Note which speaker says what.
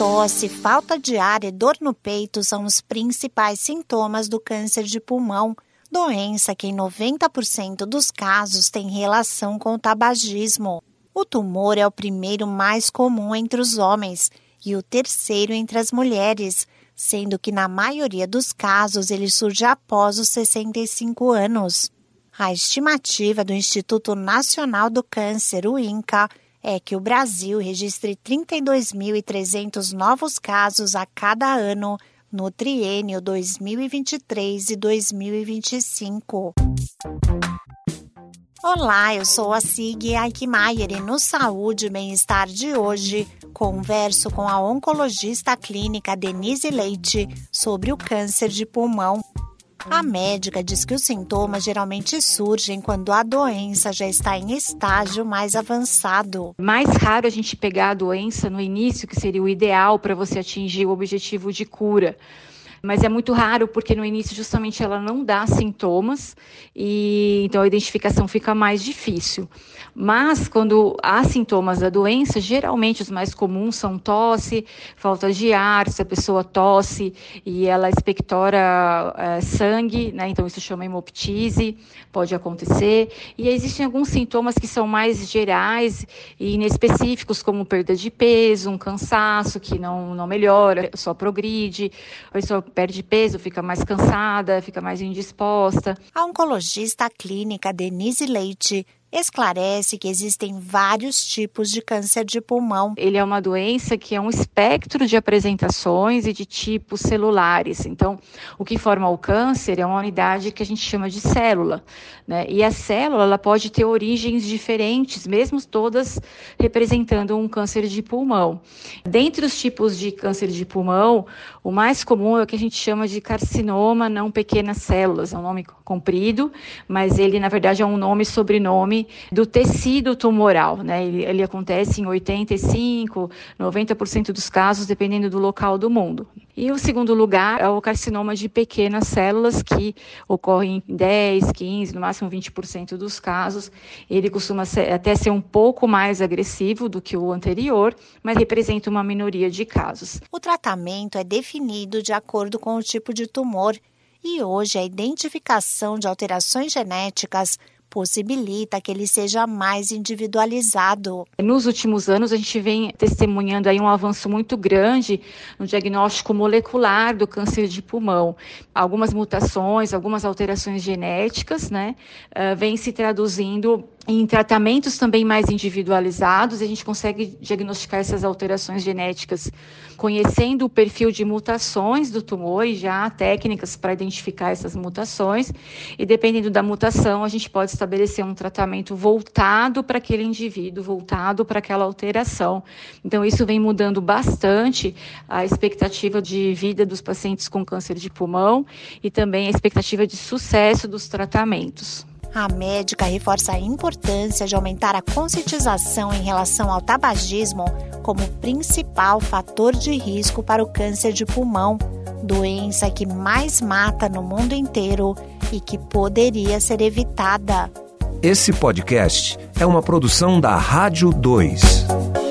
Speaker 1: Tosse, falta de ar e dor no peito são os principais sintomas do câncer de pulmão, doença que em 90% dos casos tem relação com o tabagismo. O tumor é o primeiro mais comum entre os homens e o terceiro entre as mulheres, sendo que na maioria dos casos ele surge após os 65 anos. A estimativa do Instituto Nacional do Câncer, o INCA, é que o Brasil registre 32.300 novos casos a cada ano no triênio 2023 e 2025. Olá, eu sou a Sig Eichmeier e no Saúde e Bem-Estar de hoje converso com a oncologista clínica Denise Leite sobre o câncer de pulmão. A médica diz que os sintomas geralmente surgem quando a doença já está em estágio mais avançado.
Speaker 2: Mais raro a gente pegar a doença no início, que seria o ideal para você atingir o objetivo de cura. Mas é muito raro porque no início justamente ela não dá sintomas e então a identificação fica mais difícil. Mas quando há sintomas da doença, geralmente os mais comuns são tosse, falta de ar, se a pessoa tosse e ela expectora sangue, né? Então isso chama hemoptise, pode acontecer. E existem alguns sintomas que são mais gerais e inespecíficos, como perda de peso, um cansaço que não melhora, só progride, a pessoa perde peso, fica mais cansada, fica mais indisposta.
Speaker 1: A oncologista clínica Denise Leite esclarece que existem vários tipos de câncer de pulmão.
Speaker 2: Ele é uma doença que é um espectro de apresentações e de tipos celulares. Então, o que forma o câncer é uma unidade que a gente chama de célula, né? E a célula ela pode ter origens diferentes, mesmo todas representando um câncer de pulmão. Dentre os tipos de câncer de pulmão, o mais comum é o que a gente chama de carcinoma não pequenas células. É um nome comprido, mas ele, na verdade, é um nome e sobrenome do tecido tumoral, né? Ele acontece em 85%, 90% dos casos, dependendo do local do mundo. E o segundo lugar é o carcinoma de pequenas células, que ocorre em 10%, 15%, no máximo 20% dos casos. Ele costuma até ser um pouco mais agressivo do que o anterior, mas representa uma minoria de casos.
Speaker 1: O tratamento é definido de acordo com o tipo de tumor e hoje a identificação de alterações genéticas possibilita que ele seja mais individualizado.
Speaker 2: Nos últimos anos, a gente vem testemunhando aí um avanço muito grande no diagnóstico molecular do câncer de pulmão. Algumas mutações, algumas alterações genéticas, né, vêm se traduzindo em tratamentos também mais individualizados. A gente consegue diagnosticar essas alterações genéticas conhecendo o perfil de mutações do tumor e já há técnicas para identificar essas mutações. E dependendo da mutação, a gente pode estabelecer um tratamento voltado para aquele indivíduo, voltado para aquela alteração. Então, isso vem mudando bastante a expectativa de vida dos pacientes com câncer de pulmão e também a expectativa de sucesso dos tratamentos.
Speaker 1: A médica reforça a importância de aumentar a conscientização em relação ao tabagismo como principal fator de risco para o câncer de pulmão, doença que mais mata no mundo inteiro e que poderia ser evitada.
Speaker 3: Esse podcast é uma produção da Rádio 2.